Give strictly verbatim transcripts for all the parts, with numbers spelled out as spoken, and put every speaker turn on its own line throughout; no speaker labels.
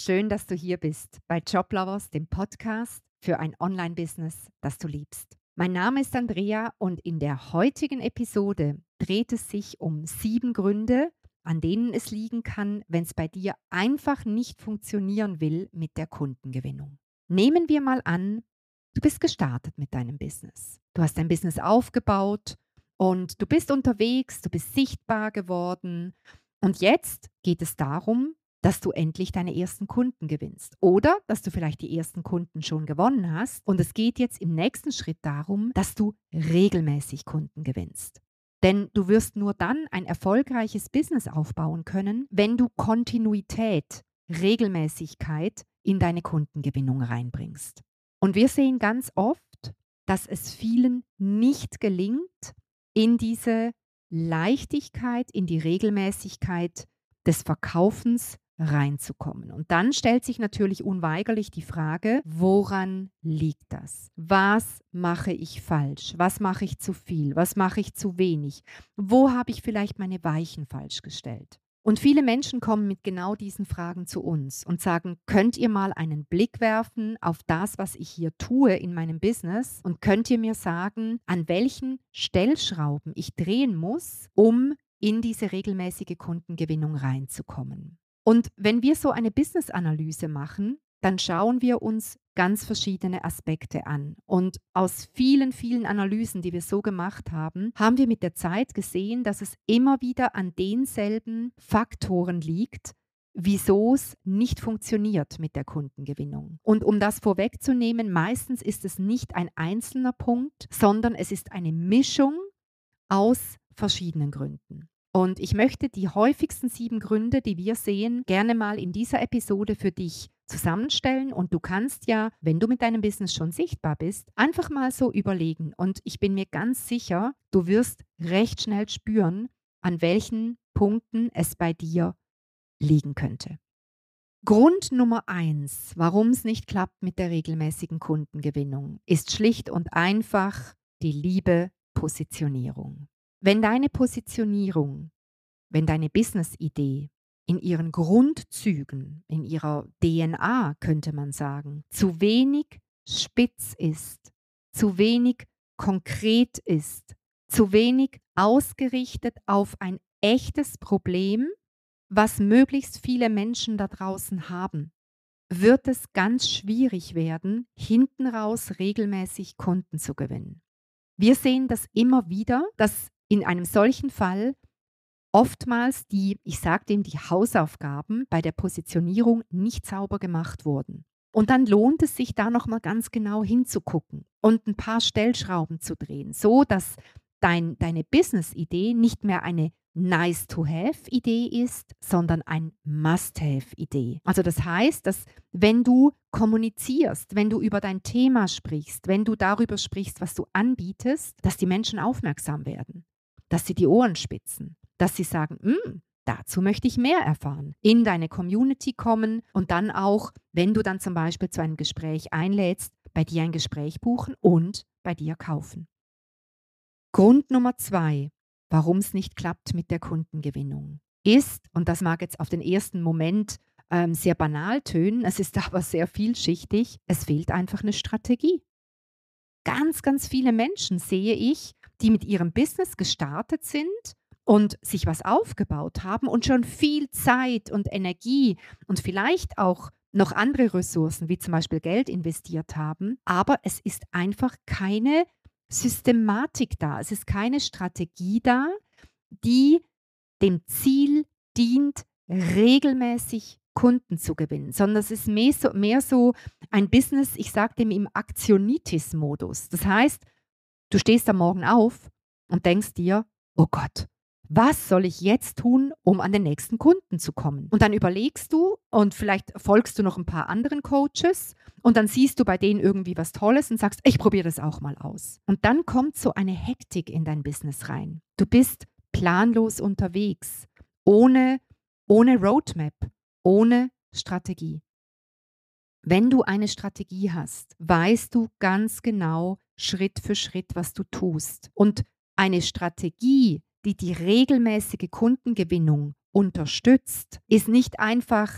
Schön, dass du hier bist bei Joblovers, dem Podcast für ein Online-Business, das du liebst. Mein Name ist Andrea und in der heutigen Episode dreht es sich um sieben Gründe, an denen es liegen kann, wenn es bei dir einfach nicht funktionieren will mit der Kundengewinnung. Nehmen wir mal an, du bist gestartet mit deinem Business. Du hast dein Business aufgebaut und du bist unterwegs, du bist sichtbar geworden und jetzt geht es darum, dass du endlich deine ersten Kunden gewinnst oder dass du vielleicht die ersten Kunden schon gewonnen hast und es geht jetzt im nächsten Schritt darum, dass du regelmäßig Kunden gewinnst. Denn du wirst nur dann ein erfolgreiches Business aufbauen können, wenn du Kontinuität, Regelmäßigkeit in deine Kundengewinnung reinbringst. Und wir sehen ganz oft, dass es vielen nicht gelingt, in diese Leichtigkeit, in die Regelmäßigkeit des Verkaufens reinzukommen. Und dann stellt sich natürlich unweigerlich die Frage, woran liegt das? Was mache ich falsch? Was mache ich zu viel? Was mache ich zu wenig? Wo habe ich vielleicht meine Weichen falsch gestellt? Und viele Menschen kommen mit genau diesen Fragen zu uns und sagen, könnt ihr mal einen Blick werfen auf das, was ich hier tue in meinem Business und könnt ihr mir sagen, an welchen Stellschrauben ich drehen muss, um in diese regelmäßige Kundengewinnung reinzukommen. Und wenn wir so eine Business-Analyse machen, dann schauen wir uns ganz verschiedene Aspekte an. Und aus vielen, vielen Analysen, die wir so gemacht haben, haben wir mit der Zeit gesehen, dass es immer wieder an denselben Faktoren liegt, wieso es nicht funktioniert mit der Kundengewinnung. Und um das vorwegzunehmen, meistens ist es nicht ein einzelner Punkt, sondern es ist eine Mischung aus verschiedenen Gründen. Und ich möchte die häufigsten sieben Gründe, die wir sehen, gerne mal in dieser Episode für dich zusammenstellen. Und du kannst ja, wenn du mit deinem Business schon sichtbar bist, einfach mal so überlegen. Und ich bin mir ganz sicher, du wirst recht schnell spüren, an welchen Punkten es bei dir liegen könnte. Grund Nummer eins, warum es nicht klappt mit der regelmäßigen Kundengewinnung, ist schlicht und einfach die liebe Positionierung. Wenn deine Positionierung, wenn deine Business-Idee in ihren Grundzügen, in ihrer D N A, könnte man sagen, zu wenig spitz ist, zu wenig konkret ist, zu wenig ausgerichtet auf ein echtes Problem, was möglichst viele Menschen da draußen haben, wird es ganz schwierig werden, hinten raus regelmäßig Kunden zu gewinnen. Wir sehen das immer wieder, dass in einem solchen Fall oftmals die, ich sage dem, die Hausaufgaben bei der Positionierung nicht sauber gemacht wurden. Und dann lohnt es sich da nochmal ganz genau hinzugucken und ein paar Stellschrauben zu drehen, so dass dein, deine Business-Idee nicht mehr eine Nice-to-have-Idee ist, sondern ein Must-have-Idee. Also das heißt, dass wenn du kommunizierst, wenn du über dein Thema sprichst, wenn du darüber sprichst, was du anbietest, dass die Menschen aufmerksam werden, dass sie die Ohren spitzen, dass sie sagen, mm, dazu möchte ich mehr erfahren, in deine Community kommen und dann auch, wenn du dann zum Beispiel zu einem Gespräch einlädst, bei dir ein Gespräch buchen und bei dir kaufen. Grund Nummer zwei, warum es nicht klappt mit der Kundengewinnung, ist, und das mag jetzt auf den ersten Moment ähm, sehr banal tönen, es ist aber sehr vielschichtig, es fehlt einfach eine Strategie. Ganz, ganz viele Menschen sehe ich, die mit ihrem Business gestartet sind und sich was aufgebaut haben und schon viel Zeit und Energie und vielleicht auch noch andere Ressourcen, wie zum Beispiel Geld investiert haben, aber es ist einfach keine Systematik da, es ist keine Strategie da, die dem Ziel dient, regelmäßig Kunden zu gewinnen, sondern es ist mehr so, mehr so ein Business, ich sage dem im Aktionitis-Modus. Das heißt, du stehst am Morgen auf und denkst dir, oh Gott, was soll ich jetzt tun, um an den nächsten Kunden zu kommen? Und dann überlegst du und vielleicht folgst du noch ein paar anderen Coaches und dann siehst du bei denen irgendwie was Tolles und sagst, ich probiere das auch mal aus. Und dann kommt so eine Hektik in dein Business rein. Du bist planlos unterwegs, ohne, ohne Roadmap, ohne Strategie. Wenn du eine Strategie hast, weißt du ganz genau Schritt für Schritt, was du tust. Und eine Strategie, die die regelmäßige Kundengewinnung unterstützt, ist nicht einfach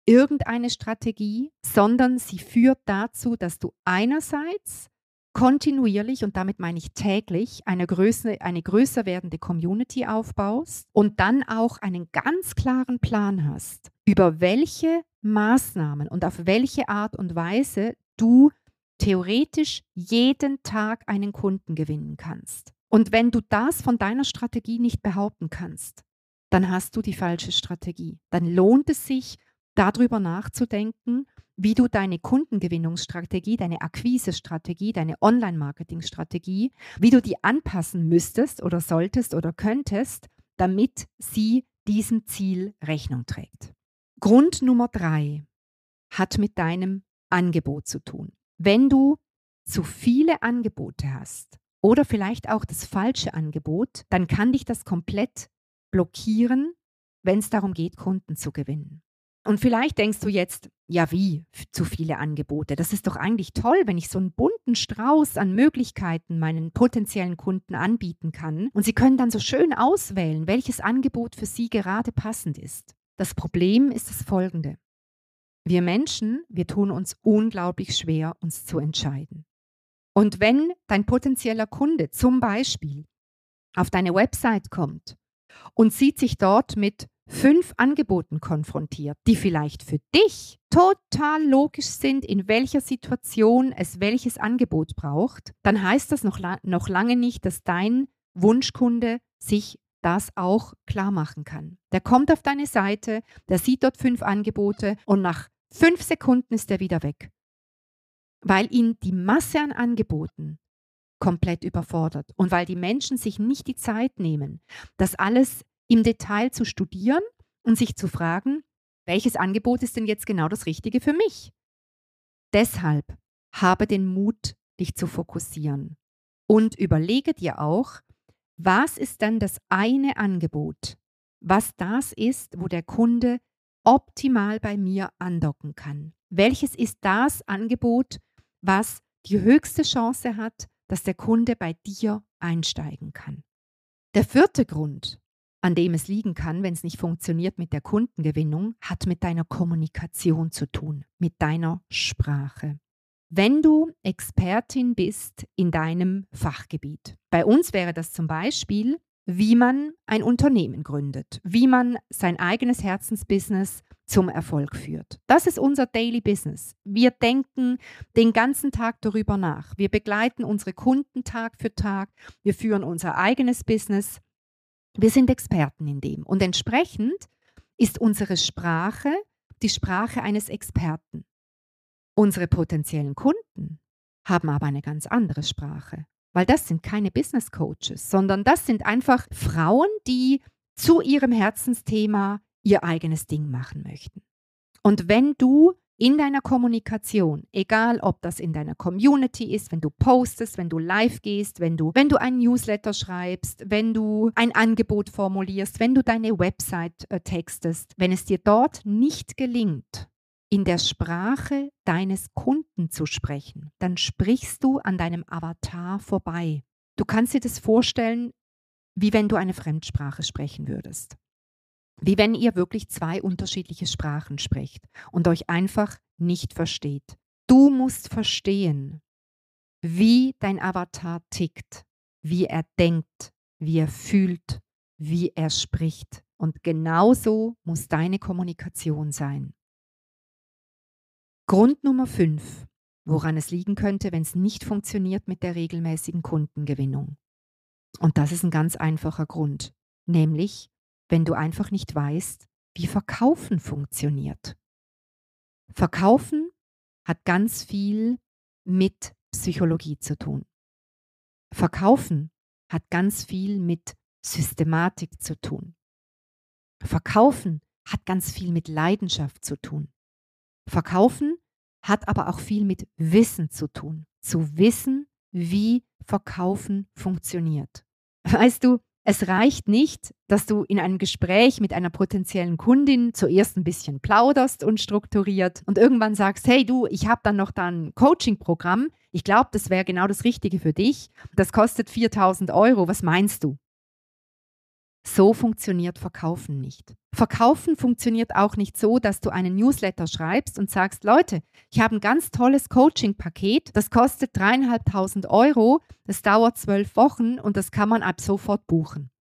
irgendeine Strategie, sondern sie führt dazu, dass du einerseits kontinuierlich, und damit meine ich täglich, eine, Größe, eine größer werdende Community aufbaust und dann auch einen ganz klaren Plan hast, über welche Maßnahmen und auf welche Art und Weise du theoretisch jeden Tag einen Kunden gewinnen kannst. Und wenn du das von deiner Strategie nicht behaupten kannst, dann hast du die falsche Strategie. Dann lohnt es sich, darüber nachzudenken, wie du deine Kundengewinnungsstrategie, deine Akquisestrategie, deine Online-Marketing-Strategie, wie du die anpassen müsstest oder solltest oder könntest, damit sie diesem Ziel Rechnung trägt. Grund Nummer drei hat mit deinem Angebot zu tun. Wenn du zu viele Angebote hast oder vielleicht auch das falsche Angebot, dann kann dich das komplett blockieren, wenn es darum geht, Kunden zu gewinnen. Und vielleicht denkst du jetzt, ja wie, zu viele Angebote? Das ist doch eigentlich toll, wenn ich so einen bunten Strauß an Möglichkeiten meinen potenziellen Kunden anbieten kann. Und sie können dann so schön auswählen, welches Angebot für sie gerade passend ist. Das Problem ist das folgende. Wir Menschen, wir tun uns unglaublich schwer, uns zu entscheiden. Und wenn dein potenzieller Kunde zum Beispiel auf deine Website kommt und sieht sich dort mit fünf Angeboten konfrontiert, die vielleicht für dich total logisch sind, in welcher Situation es welches Angebot braucht, dann heißt das noch, noch lange nicht, dass dein Wunschkunde sich das auch klar machen kann. Der kommt auf deine Seite, der sieht dort fünf Angebote und nach fünf Sekunden ist er wieder weg, weil ihn die Masse an Angeboten komplett überfordert und weil die Menschen sich nicht die Zeit nehmen, das alles im Detail zu studieren und sich zu fragen, welches Angebot ist denn jetzt genau das Richtige für mich? Deshalb habe den Mut, dich zu fokussieren und überlege dir auch, was ist denn das eine Angebot, was das ist, wo der Kunde optimal bei mir andocken kann? Welches ist das Angebot, was die höchste Chance hat, dass der Kunde bei dir einsteigen kann? Der vierte Grund, an dem es liegen kann, wenn es nicht funktioniert mit der Kundengewinnung, hat mit deiner Kommunikation zu tun, mit deiner Sprache. Wenn du Expertin bist in deinem Fachgebiet, bei uns wäre das zum Beispiel, wie man ein Unternehmen gründet, wie man sein eigenes Herzensbusiness zum Erfolg führt. Das ist unser Daily Business. Wir denken den ganzen Tag darüber nach. Wir begleiten unsere Kunden Tag für Tag. Wir führen unser eigenes Business. Wir sind Experten in dem. Und entsprechend ist unsere Sprache die Sprache eines Experten. Unsere potenziellen Kunden haben aber eine ganz andere Sprache. Weil das sind keine Business Coaches, sondern das sind einfach Frauen, die zu ihrem Herzensthema ihr eigenes Ding machen möchten. Und wenn du in deiner Kommunikation, egal ob das in deiner Community ist, wenn du postest, wenn du live gehst, wenn du, wenn du einen Newsletter schreibst, wenn du ein Angebot formulierst, wenn du deine Website äh, textest, wenn es dir dort nicht gelingt, in der Sprache deines Kunden zu sprechen, dann sprichst du an deinem Avatar vorbei. Du kannst dir das vorstellen, wie wenn du eine Fremdsprache sprechen würdest. Wie wenn ihr wirklich zwei unterschiedliche Sprachen sprecht und euch einfach nicht versteht. Du musst verstehen, wie dein Avatar tickt, wie er denkt, wie er fühlt, wie er spricht. Und genauso muss deine Kommunikation sein. Grund Nummer fünf, woran es liegen könnte, wenn es nicht funktioniert mit der regelmäßigen Kundengewinnung. Und das ist ein ganz einfacher Grund, nämlich wenn du einfach nicht weißt, wie Verkaufen funktioniert. Verkaufen hat ganz viel mit Psychologie zu tun. Verkaufen hat ganz viel mit Systematik zu tun. Verkaufen hat ganz viel mit Leidenschaft zu tun. Verkaufen hat aber auch viel mit Wissen zu tun. Zu wissen, wie Verkaufen funktioniert. Weißt du, es reicht nicht, dass du in einem Gespräch mit einer potenziellen Kundin zuerst ein bisschen plauderst und strukturiert und irgendwann sagst, hey du, ich habe dann noch da ein Coaching-Programm. Ich glaube, das wäre genau das Richtige für dich. Das kostet viertausend Euro. Was meinst du? So funktioniert Verkaufen nicht. Verkaufen funktioniert auch nicht so, dass du einen Newsletter schreibst und sagst, Leute, ich habe ein ganz tolles Coaching-Paket, das kostet dreieinhalbtausend Euro, das dauert zwölf Wochen und das kann man ab sofort buchen.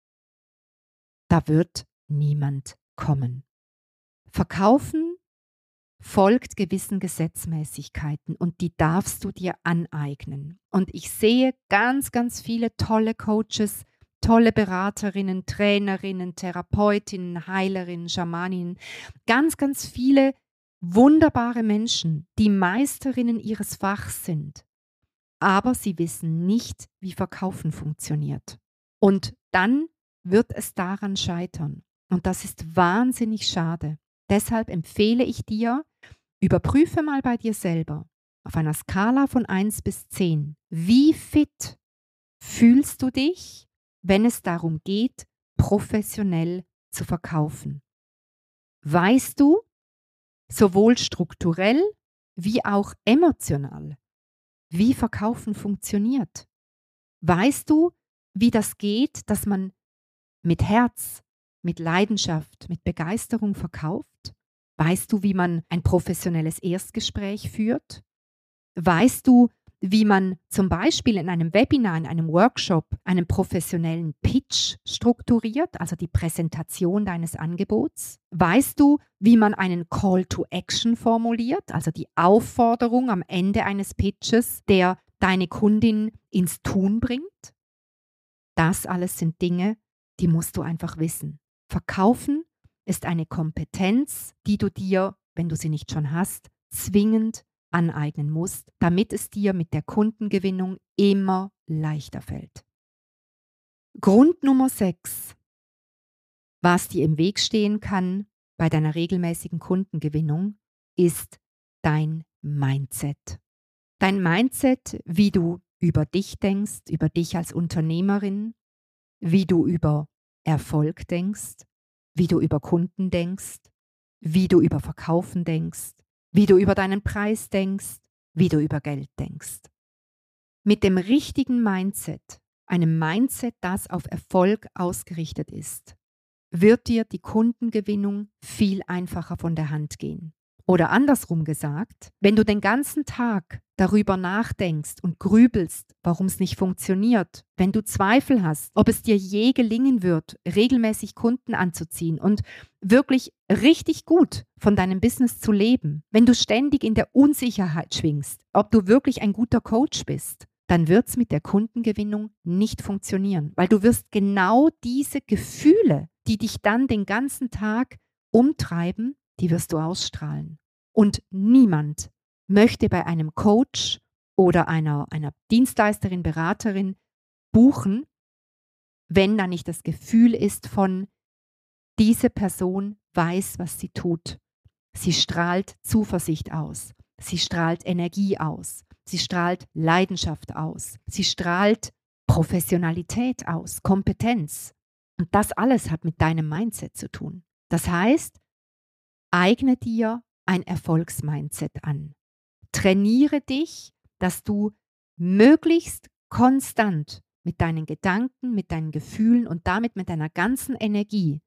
Da wird niemand kommen. Verkaufen folgt gewissen Gesetzmäßigkeiten und die darfst du dir aneignen. Und ich sehe ganz, ganz viele tolle Coaches, tolle Beraterinnen, Trainerinnen, Therapeutinnen, Heilerinnen, Schamaninnen, ganz, ganz viele wunderbare Menschen, die Meisterinnen ihres Fachs sind. Aber sie wissen nicht, wie Verkaufen funktioniert. Und dann wird es daran scheitern. Und das ist wahnsinnig schade. Deshalb empfehle ich dir, überprüfe mal bei dir selber auf einer Skala von eins bis zehn, wie fit fühlst du dich, wenn es darum geht, professionell zu verkaufen. Weißt du, sowohl strukturell wie auch emotional, wie Verkaufen funktioniert? Weißt du, wie das geht, dass man mit Herz, mit Leidenschaft, mit Begeisterung verkauft? Weißt du, wie man ein professionelles Erstgespräch führt? Weißt du, wie man zum Beispiel in einem Webinar, in einem Workshop einen professionellen Pitch strukturiert, also die Präsentation deines Angebots? Weißt du, wie man einen Call to Action formuliert, also die Aufforderung am Ende eines Pitches, der deine Kundin ins Tun bringt? Das alles sind Dinge, die musst du einfach wissen. Verkaufen ist eine Kompetenz, die du dir, wenn du sie nicht schon hast, zwingend aneignen musst, damit es dir mit der Kundengewinnung immer leichter fällt. Grund Nummer sechs, was dir im Weg stehen kann bei deiner regelmäßigen Kundengewinnung, ist dein Mindset. Dein Mindset, wie du über dich denkst, über dich als Unternehmerin, wie du über Erfolg denkst, wie du über Kunden denkst, wie du über Verkaufen denkst, wie du über deinen Preis denkst, wie du über Geld denkst. Mit dem richtigen Mindset, einem Mindset, das auf Erfolg ausgerichtet ist, wird dir die Kundengewinnung viel einfacher von der Hand gehen. Oder andersrum gesagt, wenn du den ganzen Tag darüber nachdenkst und grübelst, warum es nicht funktioniert, wenn du Zweifel hast, ob es dir je gelingen wird, regelmäßig Kunden anzuziehen und wirklich richtig gut von deinem Business zu leben, wenn du ständig in der Unsicherheit schwingst, ob du wirklich ein guter Coach bist, dann wird es mit der Kundengewinnung nicht funktionieren, weil du wirst genau diese Gefühle, die dich dann den ganzen Tag umtreiben, die wirst du ausstrahlen. Und niemand möchte bei einem Coach oder einer, einer Dienstleisterin, Beraterin buchen, wenn da nicht das Gefühl ist von, diese Person weiß, was sie tut. Sie strahlt Zuversicht aus. Sie strahlt Energie aus. Sie strahlt Leidenschaft aus. Sie strahlt Professionalität aus, Kompetenz. Und das alles hat mit deinem Mindset zu tun. Das heißt, eigne dir ein Erfolgsmindset an. Trainiere dich, dass du möglichst konstant mit deinen Gedanken, mit deinen Gefühlen und damit mit deiner ganzen Energie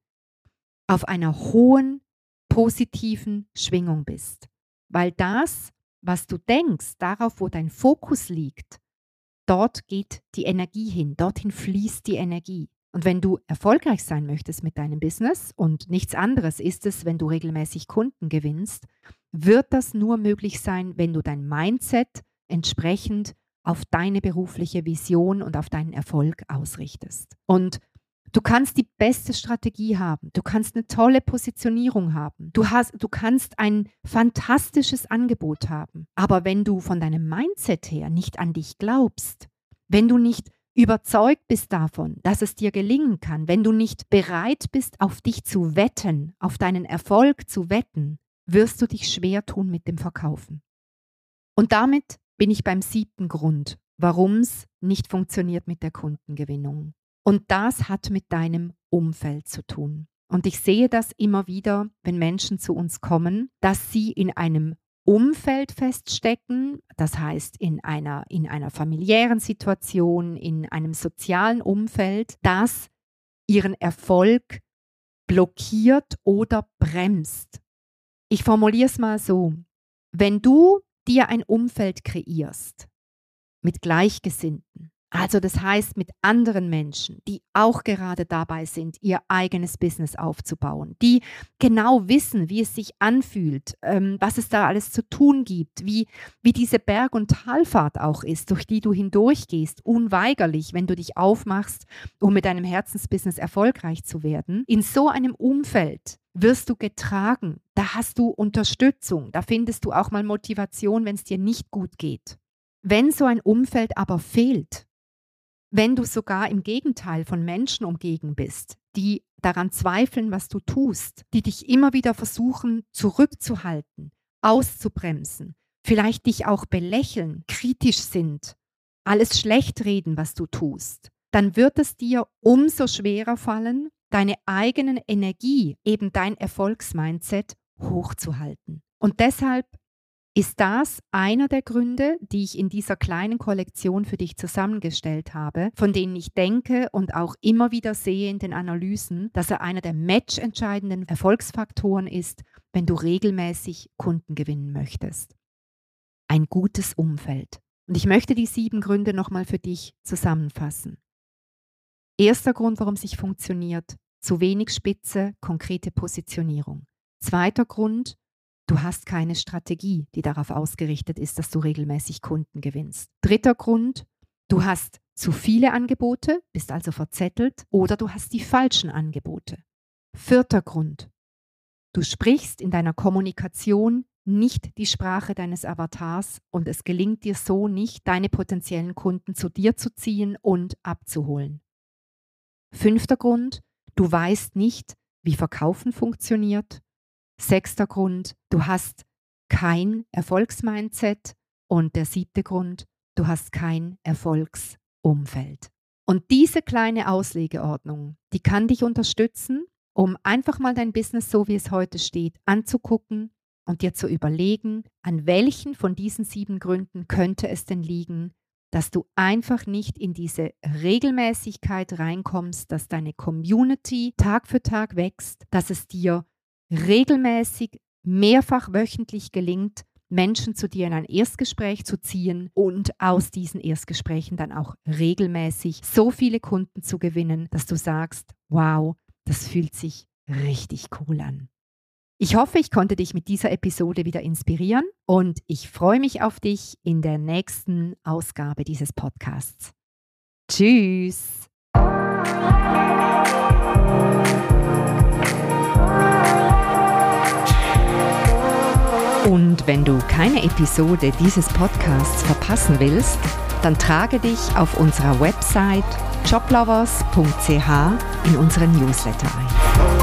auf einer hohen, positiven Schwingung bist. Weil das, was du denkst, darauf, wo dein Fokus liegt, dort geht die Energie hin, dorthin fließt die Energie. Und wenn du erfolgreich sein möchtest mit deinem Business und nichts anderes ist es, wenn du regelmäßig Kunden gewinnst, wird das nur möglich sein, wenn du dein Mindset entsprechend auf deine berufliche Vision und auf deinen Erfolg ausrichtest. Und du kannst die beste Strategie haben, du kannst eine tolle Positionierung haben, du, hast, du kannst ein fantastisches Angebot haben, aber wenn du von deinem Mindset her nicht an dich glaubst, wenn du nicht überzeugt bist davon, dass es dir gelingen kann, wenn du nicht bereit bist, auf dich zu wetten, auf deinen Erfolg zu wetten, wirst du dich schwer tun mit dem Verkaufen. Und damit bin ich beim siebten Grund, warum es nicht funktioniert mit der Kundengewinnung. Und das hat mit deinem Umfeld zu tun. Und ich sehe das immer wieder, wenn Menschen zu uns kommen, dass sie in einem Umfeld feststecken, das heißt in einer, in einer familiären Situation, in einem sozialen Umfeld, das ihren Erfolg blockiert oder bremst. Ich formuliere es mal so: Wenn du dir ein Umfeld kreierst mit Gleichgesinnten, also das heißt mit anderen Menschen, die auch gerade dabei sind, ihr eigenes Business aufzubauen, die genau wissen, wie es sich anfühlt, ähm, was es da alles zu tun gibt, wie, wie diese Berg- und Talfahrt auch ist, durch die du hindurchgehst, unweigerlich, wenn du dich aufmachst, um mit deinem Herzensbusiness erfolgreich zu werden. In so einem Umfeld wirst du getragen, da hast du Unterstützung, da findest du auch mal Motivation, wenn es dir nicht gut geht. Wenn so ein Umfeld aber fehlt, wenn du sogar im Gegenteil von Menschen umgeben bist, die daran zweifeln, was du tust, die dich immer wieder versuchen zurückzuhalten, auszubremsen, vielleicht dich auch belächeln, kritisch sind, alles schlecht reden, was du tust, dann wird es dir umso schwerer fallen, deine eigene Energie, eben dein Erfolgsmindset hochzuhalten. Und deshalb ist das einer der Gründe, die ich in dieser kleinen Kollektion für dich zusammengestellt habe, von denen ich denke und auch immer wieder sehe in den Analysen, dass er einer der matchentscheidenden Erfolgsfaktoren ist, wenn du regelmäßig Kunden gewinnen möchtest. Ein gutes Umfeld. Und ich möchte die sieben Gründe nochmal für dich zusammenfassen. Erster Grund, warum es nicht funktioniert: zu wenig Spitze, konkrete Positionierung. Zweiter Grund: du hast keine Strategie, die darauf ausgerichtet ist, dass du regelmäßig Kunden gewinnst. Dritter Grund: du hast zu viele Angebote, bist also verzettelt, oder du hast die falschen Angebote. Vierter Grund: du sprichst in deiner Kommunikation nicht die Sprache deines Avatars und es gelingt dir so nicht, deine potenziellen Kunden zu dir zu ziehen und abzuholen. Fünfter Grund: du weißt nicht, wie Verkaufen funktioniert. Sechster Grund: du hast kein Erfolgsmindset. Und der siebte Grund: du hast kein Erfolgsumfeld. Und diese kleine Auslegeordnung, die kann dich unterstützen, um einfach mal dein Business, so wie es heute steht, anzugucken und dir zu überlegen, an welchen von diesen sieben Gründen könnte es denn liegen, dass du einfach nicht in diese Regelmäßigkeit reinkommst, dass deine Community Tag für Tag wächst, dass es dir regelmäßig, mehrfach wöchentlich gelingt, Menschen zu dir in ein Erstgespräch zu ziehen und aus diesen Erstgesprächen dann auch regelmäßig so viele Kunden zu gewinnen, dass du sagst: wow, das fühlt sich richtig cool an. Ich hoffe, ich konnte dich mit dieser Episode wieder inspirieren und ich freue mich auf dich in der nächsten Ausgabe dieses Podcasts. Tschüss! Und wenn du keine Episode dieses Podcasts verpassen willst, dann trage dich auf unserer Website joblovers punkt c h in unseren Newsletter ein.